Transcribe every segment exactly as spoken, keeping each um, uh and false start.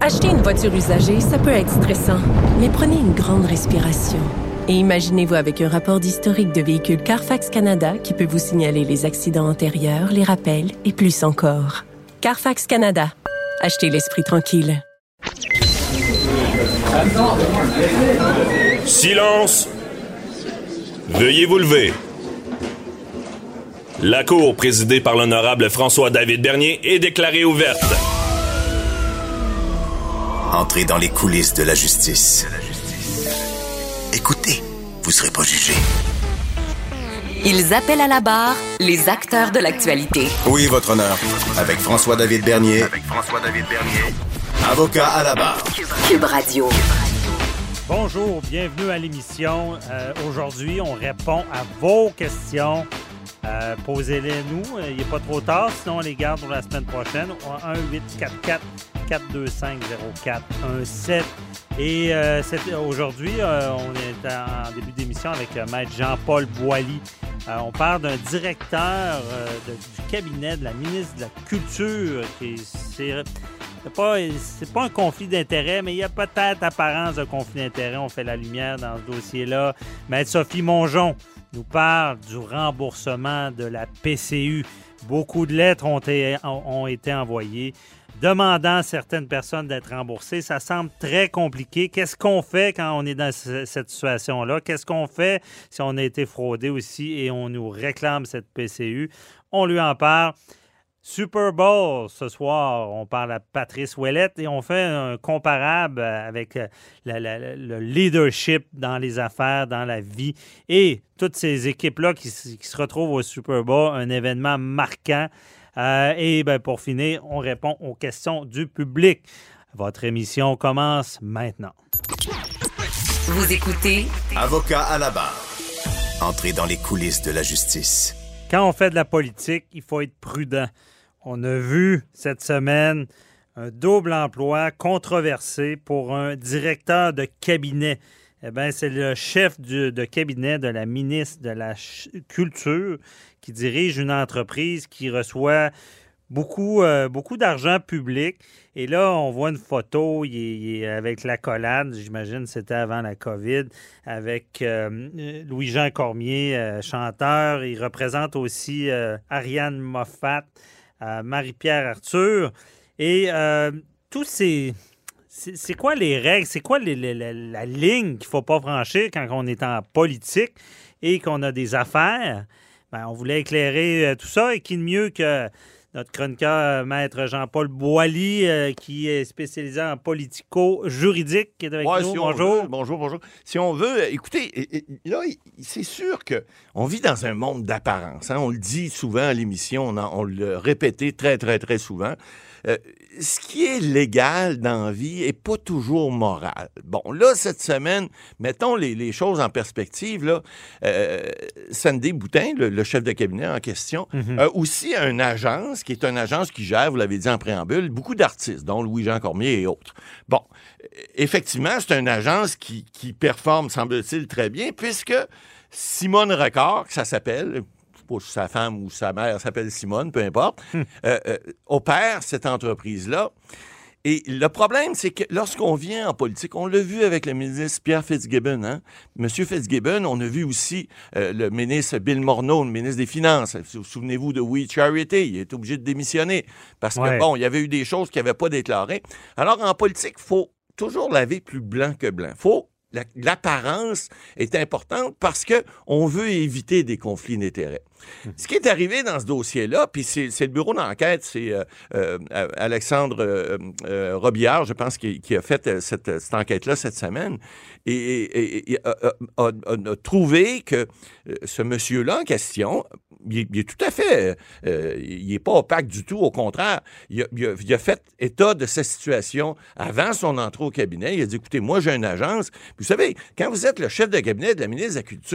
Acheter une voiture usagée, ça peut être stressant, mais prenez une grande respiration. Et imaginez-vous avec un rapport d'historique de véhicule Carfax Canada qui peut vous signaler les accidents antérieurs, les rappels et plus encore. Carfax Canada. Achetez l'esprit tranquille. Silence! Veuillez vous lever. La cour, présidée par l'honorable François-David Bernier, est déclarée ouverte. Entrez dans les coulisses de la justice. Écoutez, vous serez pas jugé. Ils appellent à la barre les acteurs de l'actualité. Oui, votre honneur. Avec François-David Bernier. Avec François-David Bernier. Avocat à la barre. Cube Radio. Bonjour, bienvenue à l'émission. Euh, aujourd'hui, on répond à vos questions. Euh, posez-les nous. Il n'est pas trop tard, sinon on les garde pour la semaine prochaine. un huit quatre quatre quatre deux cinq zéro quatre un sept. Et euh, aujourd'hui, euh, on est en début d'émission avec euh, Maître Jean-Paul Boily. Euh, on parle d'un directeur euh, de, du cabinet de la ministre de la Culture. Qui c'est, c'est, pas, c'est pas un conflit d'intérêts, mais il y a peut-être apparence de conflit d'intérêts. On fait la lumière dans ce dossier-là. Maître Sophie Mongeon nous parle du remboursement de la P C U. Beaucoup de lettres ont été, ont été envoyées demandant à certaines personnes d'être remboursées. Ça semble très compliqué. Qu'est-ce qu'on fait quand on est dans cette situation-là? Qu'est-ce qu'on fait si on a été fraudé aussi et on nous réclame cette P C U? On lui en parle. Super Bowl, ce soir, on parle à Patrice Ouellette et on fait un comparable avec la, la, le leadership dans les affaires, dans la vie et toutes ces équipes-là qui, qui se retrouvent au Super Bowl, un événement marquant. Euh, et ben, pour finir, on répond aux questions du public. Votre émission commence maintenant. Vous écoutez Avocat à la barre. Entrez dans les coulisses de la justice. Quand on fait de la politique, il faut être prudent. On a vu cette semaine un double emploi controversé pour un directeur de cabinet. Eh bien, c'est le chef du, de cabinet de la ministre de la Culture qui dirige une entreprise qui reçoit beaucoup, euh, beaucoup d'argent public. Et là, on voit une photo, il est, il est avec l'accolade, j'imagine que c'était avant la COVID, avec euh, Louis-Jean Cormier, euh, chanteur. Il représente aussi euh, Ariane Moffat, euh, Marie-Pierre Arthur. Et euh, tous ces... C'est, c'est quoi les règles? C'est quoi les, les, la, la ligne qu'il ne faut pas franchir quand on est en politique et qu'on a des affaires? Ben, on voulait éclairer euh, tout ça et qui de mieux que notre chroniqueur, Maître Jean-Paul Boily, euh, qui est spécialisé en politico-juridique, qui est avec ouais, nous. Si bonjour. Veut, bonjour, bonjour. Si on veut, écoutez, là, c'est sûr qu'on vit dans un monde d'apparence. Hein? On le dit souvent à l'émission, on, a, on le répétait très, très, très souvent. Euh, ce qui est légal dans la vie n'est pas toujours moral. Bon, là, cette semaine, mettons les, les choses en perspective, là, euh, Sandy Boutin, le, le chef de cabinet en question, mm-hmm. a aussi une agence, qui est une agence qui gère, vous l'avez dit en préambule, beaucoup d'artistes, dont Louis-Jean Cormier et autres. Bon, effectivement, c'est une agence qui, qui performe, semble-t-il, très bien, puisque Simone Record, que ça s'appelle... si sa femme ou sa mère s'appelle Simone, peu importe, hum. euh, euh, opère cette entreprise-là. Et le problème, c'est que lorsqu'on vient en politique, on l'a vu avec le ministre Pierre Fitzgibbon, hein? Monsieur Fitzgibbon, on a vu aussi euh, le ministre Bill Morneau, le ministre des Finances. Souvenez-vous de We Charity, il est obligé de démissionner parce que, ouais. bon, il y avait eu des choses qu'il n'avait pas déclarées. Alors, en politique, il faut toujours laver plus blanc que blanc. Il faut La, l'apparence est importante parce qu'on veut éviter des conflits d'intérêts. Mmh. Ce qui est arrivé dans ce dossier-là, puis c'est, c'est le bureau d'enquête, c'est euh, euh, Alexandre euh, euh, Robillard, je pense, qui, qui a fait cette, cette enquête-là cette semaine, et, et, et a, a, a, a trouvé que ce monsieur-là en question, il, il est tout à fait, euh, il n'est pas opaque du tout, au contraire, il a, il, a, il a fait état de sa situation avant son entrée au cabinet. Il a dit, écoutez, moi j'ai une agence. Vous savez, quand vous êtes le chef de cabinet de la ministre de la Culture,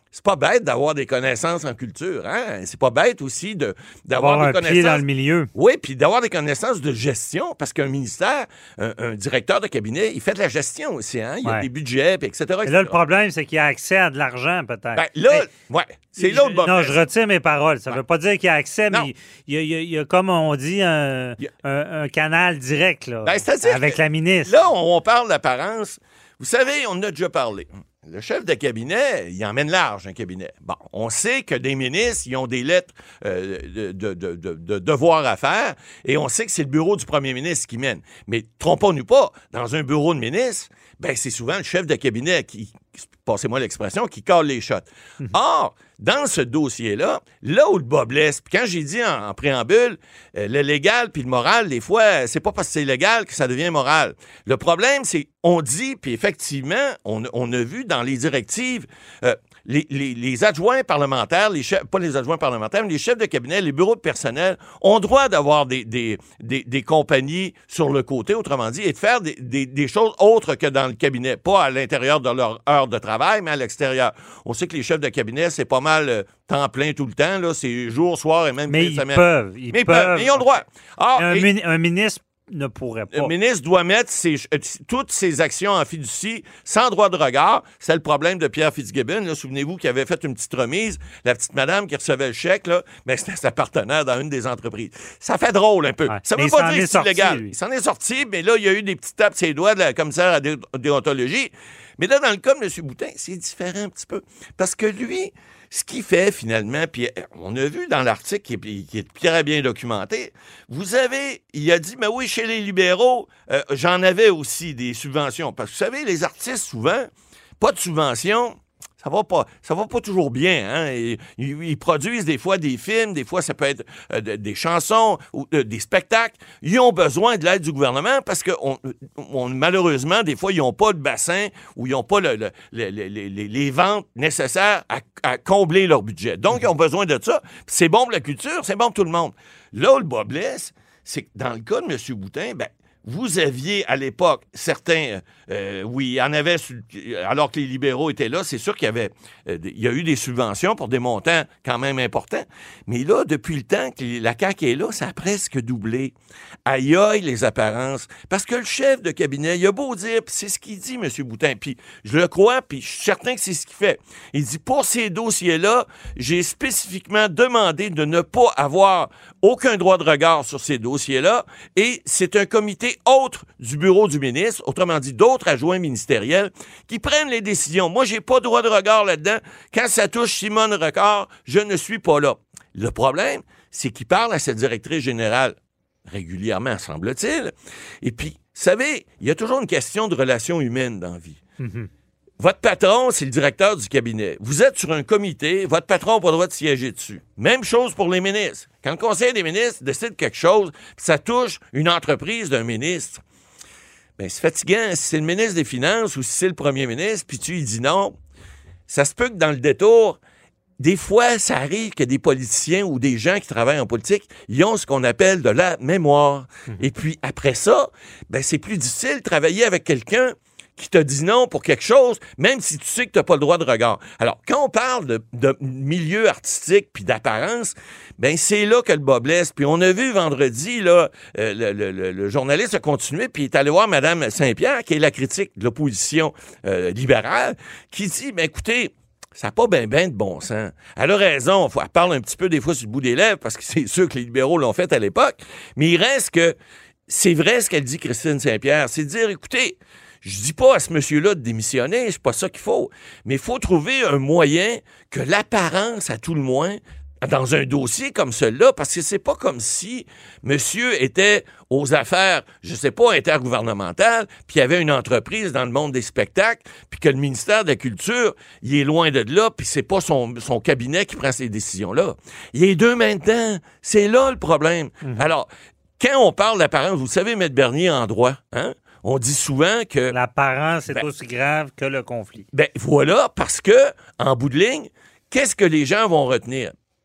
c'est pas bête d'avoir des connaissances en culture. Hein? C'est pas bête aussi de, d'avoir Avoir des un connaissances... pied dans le milieu. Oui, puis d'avoir des connaissances de gestion, parce qu'un ministère, un, un directeur de cabinet, il fait de la gestion aussi. Hein? Il y a Ouais. des budgets, puis et cetera. Et là, le problème, c'est qu'il y a accès à de l'argent, peut-être. Ben, là, Mais- ouais, c'est là le bon. Non, je retire mes paroles. Ça ne Ouais. veut pas dire qu'il y a accès, Non. mais il y a, il y a- il y a, comme on dit, un, Il y a- un- un canal direct là, Ben, c'est-à-dire avec que la ministre. Là, on, on parle d'apparence. Vous savez, on en a déjà parlé. Le chef de cabinet, il emmène large un cabinet. Bon, on sait que des ministres, ils ont des lettres euh, de, de, de, de, de devoirs à faire, et on sait que c'est le bureau du premier ministre qui mène. Mais trompons-nous pas, dans un bureau de ministre, ben c'est souvent le chef de cabinet qui, passez-moi l'expression, qui colle les shots. Or, dans ce dossier-là, là où le bas blesse, puis quand j'ai dit en, en préambule, euh, le légal puis le moral, des fois, c'est pas parce que c'est légal que ça devient moral. Le problème, c'est on dit, puis effectivement, on, on a vu dans les directives, euh, les, les, les adjoints parlementaires, les chefs, pas les adjoints parlementaires, mais les chefs de cabinet, les bureaux de personnel ont droit d'avoir des, des, des, des compagnies sur le côté, autrement dit, et de faire des, des, des choses autres que dans le cabinet, pas à l'intérieur de leur heure de travail, mais à l'extérieur. On sait que les chefs de cabinet, c'est pas mal euh, temps plein tout le temps, là, c'est jour, soir et même mais fin de ils semaine. peuvent. Ils mais ils peuvent. peuvent, mais ils ont le droit. Or, Un, et- mini- un ministre ne pourrait pas. le ministre doit mettre ses- euh, toutes ses actions en fiducie sans droit de regard. C'est le problème de Pierre Fitzgibbon. Là. Souvenez-vous qu'il avait fait une petite remise. La petite madame qui recevait le chèque, là, ben, c'était sa partenaire dans une des entreprises. Ça fait drôle un peu. Ouais. Ça Mais veut il pas s'en dire est que c'est sorti, illégal. lui. Il s'en est sorti, mais là, il y a eu des petites tapes sur les doigts de la commissaire à dé- déontologie. Mais là, dans le cas de M. Boutin, c'est différent un petit peu. Parce que lui, ce qu'il fait finalement, puis on a vu dans l'article qui est, qui est très bien documenté, vous avez, il a dit, mais oui, chez les libéraux, euh, j'en avais aussi des subventions. Parce que vous savez, les artistes, souvent, pas de subventions, ça va pas, ça va pas toujours bien. Hein? Et, ils, ils produisent des fois des films, des fois ça peut être euh, de- des chansons ou euh, des spectacles. Ils ont besoin de l'aide du gouvernement parce que on, on- malheureusement, des fois, ils n'ont pas de bassin ou ils n'ont pas le- le- le- le- les, les- les ventes nécessaires à, à combler leur budget. Donc, ils ont besoin de ça. Puis c'est bon pour la culture, c'est bon pour tout le monde. Là où le bas blesse, c'est que dans le cas de M. Boutin, ben, vous aviez à l'époque certains, euh, oui, il y en avait, sur- alors que les libéraux étaient là, c'est sûr qu'il y avait, euh, il y a eu des subventions pour des montants quand même importants. Mais là, depuis le temps que la C A Q est là, ça a presque doublé. Aïe aïe les apparences. Parce que le chef de cabinet, il a beau dire, puis c'est ce qu'il dit, M. Boutin, puis je le crois, puis je suis certain que c'est ce qu'il fait. Il dit, pour ces dossiers-là, j'ai spécifiquement demandé de ne pas avoir aucun droit de regard sur ces dossiers-là, et c'est un comité autre du bureau du ministre, autrement dit d'autres adjoints ministériels, qui prennent les décisions. Moi, j'ai pas droit de regard là-dedans. Quand ça touche Simone Recard, je ne suis pas là. Le problème, c'est qu'il parle à cette directrice générale régulièrement, semble-t-il. Et puis, vous savez, il y a toujours une question de relations humaines dans la vie. Mhm. Votre patron, c'est le directeur du cabinet. Vous êtes sur un comité, votre patron n'a pas le droit de siéger dessus. Même chose pour les ministres. Quand le conseil des ministres décide quelque chose, puis ça touche une entreprise d'un ministre, bien, c'est fatigant. Si c'est le ministre des Finances ou si c'est le premier ministre, puis tu lui dis non, ça se peut que dans le détour, des fois, ça arrive que des politiciens ou des gens qui travaillent en politique, ils ont ce qu'on appelle de la mémoire. Mmh. Et puis, après ça, ben, c'est plus difficile de travailler avec quelqu'un qui te dit non pour quelque chose, même si tu sais que tu n'as pas le droit de regard. Alors, quand on parle de, de milieu artistique puis d'apparence, ben c'est là que le bas blesse. Puis on a vu vendredi, là, euh, le, le, le, le journaliste a continué, puis il est allé voir Mme Saint-Pierre, qui est la critique de l'opposition euh, libérale, qui dit, ben écoutez, ça n'a pas bien ben de bon sens. Elle a raison, elle parle un petit peu des fois sur le bout des lèvres, parce que c'est sûr que les libéraux l'ont fait à l'époque, mais il reste que c'est vrai ce qu'elle dit, Christine Saint-Pierre, c'est de dire, écoutez, je dis pas à ce monsieur-là de démissionner, c'est pas ça qu'il faut, mais il faut trouver un moyen que l'apparence, à tout le moins, dans un dossier comme celui-là, parce que c'est pas comme si monsieur était aux affaires, je sais pas, intergouvernementales, puis il y avait une entreprise dans le monde des spectacles, puis que le ministère de la Culture, il est loin de là, puis c'est pas son, son cabinet qui prend ces décisions-là. Il y a deux mains dedans. C'est là le problème. Mm-hmm. Alors, quand on parle d'apparence, vous savez, M. Bernier en droit, hein? On dit souvent que... L'apparence est ben, aussi grave que le conflit. Ben voilà, parce que, en bout de ligne, qu'est-ce que les gens vont retenir?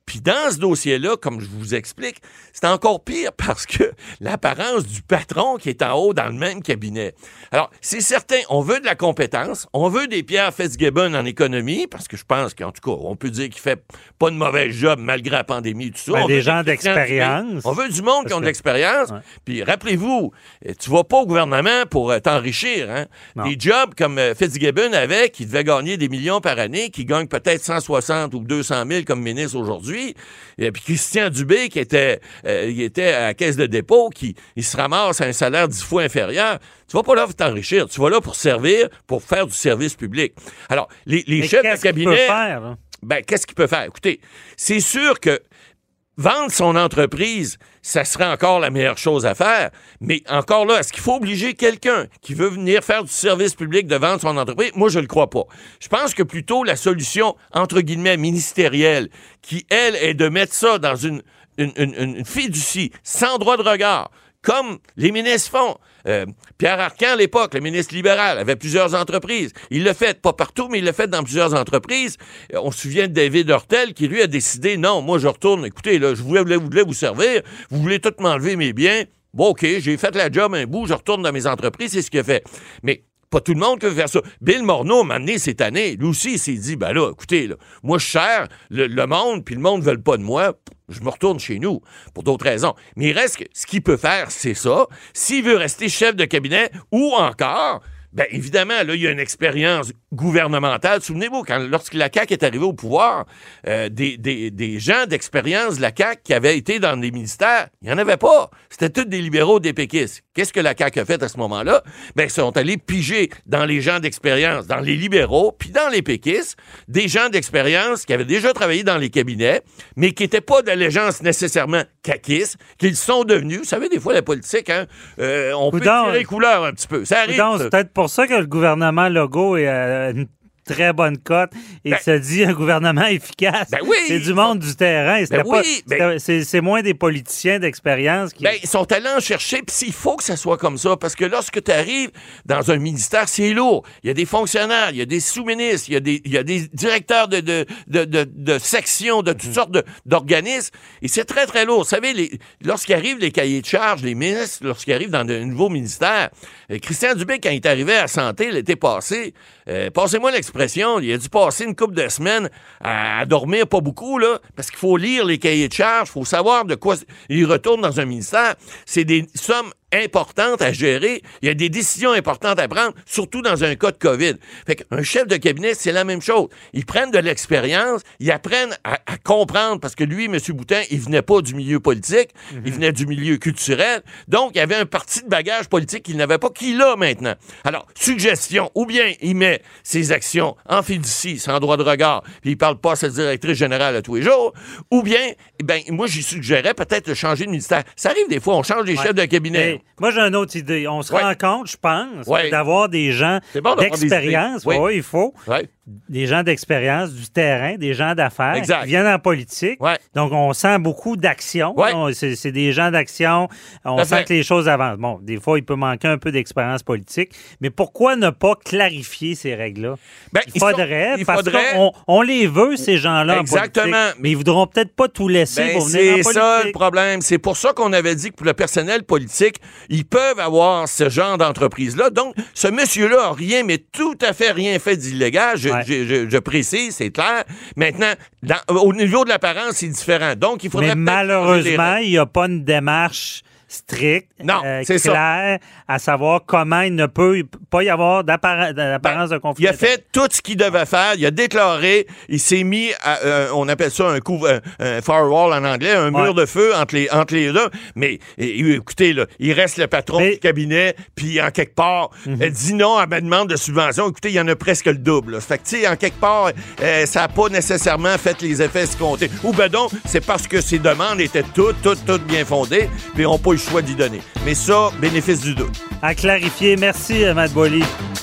Puis dans ce dossier-là, comme je vous explique, c'est encore pire parce que l'apparence du patron qui est en haut dans le même cabinet. Alors, c'est certain, on veut de la compétence, on veut des Pierre Fitzgibbon en économie, parce que je pense qu'en tout cas, on peut dire qu'il fait pas de mauvais job malgré la pandémie et tout ça. Ben, on des veut gens des d'expérience. On veut du monde qui ont de l'expérience. Ouais. Puis rappelez-vous, tu vas pas au gouvernement pour euh, t'enrichir. Hein? Des jobs comme euh, Fitzgibbon avait, qui devait gagner des millions par année, qui gagne peut-être cent soixante ou deux cent mille comme ministre aujourd'hui. Et puis Christian Dubé, qui était, euh, il était à la caisse de dépôt, qui il se ramasse à un salaire dix fois inférieur. Tu vas pas là pour t'enrichir. Tu vas là pour servir, pour faire du service public. Alors, les, les chefs de cabinet... Qu'est-ce qu'il peut faire, là? Ben, qu'est-ce qu'il peut faire? Écoutez, c'est sûr que vendre son entreprise, ça serait encore la meilleure chose à faire. Mais encore là, est-ce qu'il faut obliger quelqu'un qui veut venir faire du service public de vendre son entreprise? Moi, je le crois pas. Je pense que plutôt la solution, entre guillemets, ministérielle, qui, elle, est de mettre ça dans une, une, une, une fiducie, sans droit de regard, comme les ministres font. Euh, Pierre Arcan, à l'époque, le ministre libéral, avait plusieurs entreprises. Il l'a fait, pas partout, mais il l'a fait dans plusieurs entreprises. Euh, on se souvient de David Hurtel, qui, lui, a décidé, non, moi, je retourne, écoutez, là, je voulais, voulais, voulais vous servir, vous voulez tout m'enlever mes biens. Bon, OK, j'ai fait la job un bout, je retourne dans mes entreprises, c'est ce qu'il a fait. Mais pas tout le monde qui veut faire ça. Bill Morneau m'a amené cette année. Lui aussi, il s'est dit, ben là, écoutez, là, moi, je sers le, le monde, puis le monde ne veut pas de moi. Je me retourne chez nous, pour d'autres raisons. Mais il reste que ce qu'il peut faire, c'est ça. S'il veut rester chef de cabinet, ou encore, bien évidemment, là, il y a une expérience gouvernementale. Souvenez-vous, quand, lorsque la C A Q est arrivée au pouvoir, euh, des, des, des gens d'expérience de la C A Q qui avaient été dans des ministères, il n'y en avait pas. C'était tous des libéraux, des péquistes. Qu'est-ce que la C A Q a fait à ce moment-là? Bien, ils sont allés piger dans les gens d'expérience, dans les libéraux, puis dans les péquistes, des gens d'expérience qui avaient déjà travaillé dans les cabinets, mais qui n'étaient pas d'allégeance nécessairement caquistes, qu'ils sont devenus. Vous savez, des fois, la politique, hein, euh, on Coudon, peut tirer couleur un petit peu. Ça arrive. Coudon, c'est peut-être pour ça que le gouvernement Legault est à une très bonne cote et ben, se dit un gouvernement efficace. Ben oui, c'est du monde du terrain. Ben pas, oui, ben, c'est, c'est moins des politiciens d'expérience qui... Ben, ils sont allés en chercher, puis il faut que ça soit comme ça, parce que lorsque tu arrives dans un ministère, c'est lourd. Il y a des fonctionnaires, il y a des sous-ministres, il y a des, il y a des directeurs de, de, de, de, de sections, de toutes mm-hmm. sortes de, d'organismes, et c'est très, très lourd. Vous savez, les, lorsqu'ils arrivent les cahiers de charges, les ministres, lorsqu'ils arrivent dans de nouveaux ministères, euh, Christian Dubé, quand il est arrivé à la santé l'été passé, euh, passez-moi l'expression, il a dû passer une couple de semaines à, à dormir pas beaucoup, là, parce qu'il faut lire les cahiers de charges, il faut savoir de quoi il retourne dans un ministère. C'est des sommes importantes à gérer. Il y a des décisions importantes à prendre, surtout dans un cas de COVID. Fait qu'un chef de cabinet, c'est la même chose. Ils prennent de l'expérience, ils apprennent à, à comprendre, parce que lui, M. Boutin, il venait pas du milieu politique, mm-hmm. il venait du milieu culturel. Donc, il y avait un parti de bagage politique qu'il n'avait pas, qu'il a maintenant. Alors, suggestion, ou bien il met ses actions en fiducie, sans droit de regard, puis il parle pas à sa directrice générale à tous les jours, ou bien, eh ben, moi, j'y suggérais peut-être de changer de ministère. Ça arrive des fois, on change les ouais. chefs de cabinet. Et moi, j'ai une autre idée. On se ouais. rend compte, je pense, ouais. d'avoir des gens bon d'expérience. Oui, ouais, il faut. Ouais. Des gens d'expérience, du terrain, des gens d'affaires exact. qui viennent en politique. Ouais. Donc, on sent beaucoup d'action. Ouais. On, c'est, c'est des gens d'action. On Ça sent fait. que les choses avancent. Bon, des fois, il peut manquer un peu d'expérience politique. Mais pourquoi ne pas clarifier ces règles-là? Ben, il faudrait, sont, il parce faudrait... qu'on on les veut, ces gens-là, exactement. En politique. Mais ils voudront peut-être pas tout laisser ben, pour venir en politique. C'est ça le problème. C'est pour ça qu'on avait dit que pour le personnel politique, ils peuvent avoir ce genre d'entreprise-là. Donc, ce monsieur-là n'a rien, mais tout à fait rien fait d'illégal. Je, ouais. je, je, je précise, c'est clair. Maintenant, dans, au niveau de l'apparence, c'est différent. Donc, il faudrait... Mais malheureusement, il n'y a pas une démarche stricte, non, euh, c'est claire, à savoir comment il ne peut pas y avoir d'appara- d'apparence ben, de conflit. Il a fait tout ce qu'il devait faire. Il a déclaré, il s'est mis, à, euh, on appelle ça un, coup, un, un firewall en anglais, un ouais. mur de feu entre les, entre les deux. Mais et, écoutez, là, il reste le patron Mais... du cabinet, puis en quelque part, mm-hmm. elle dit non à ma demande de subvention. Écoutez, il y en a presque le double. Là. Fait que, tu sais, en quelque part, euh, ça n'a pas nécessairement fait les effets escomptés. Ou ben donc, c'est parce que ses demandes étaient toutes, toutes, toutes bien fondées, puis on n'a pas eu le choix d'y donner. Mais ça, bénéfice du doute. À clarifier. Merci, Matt Boily.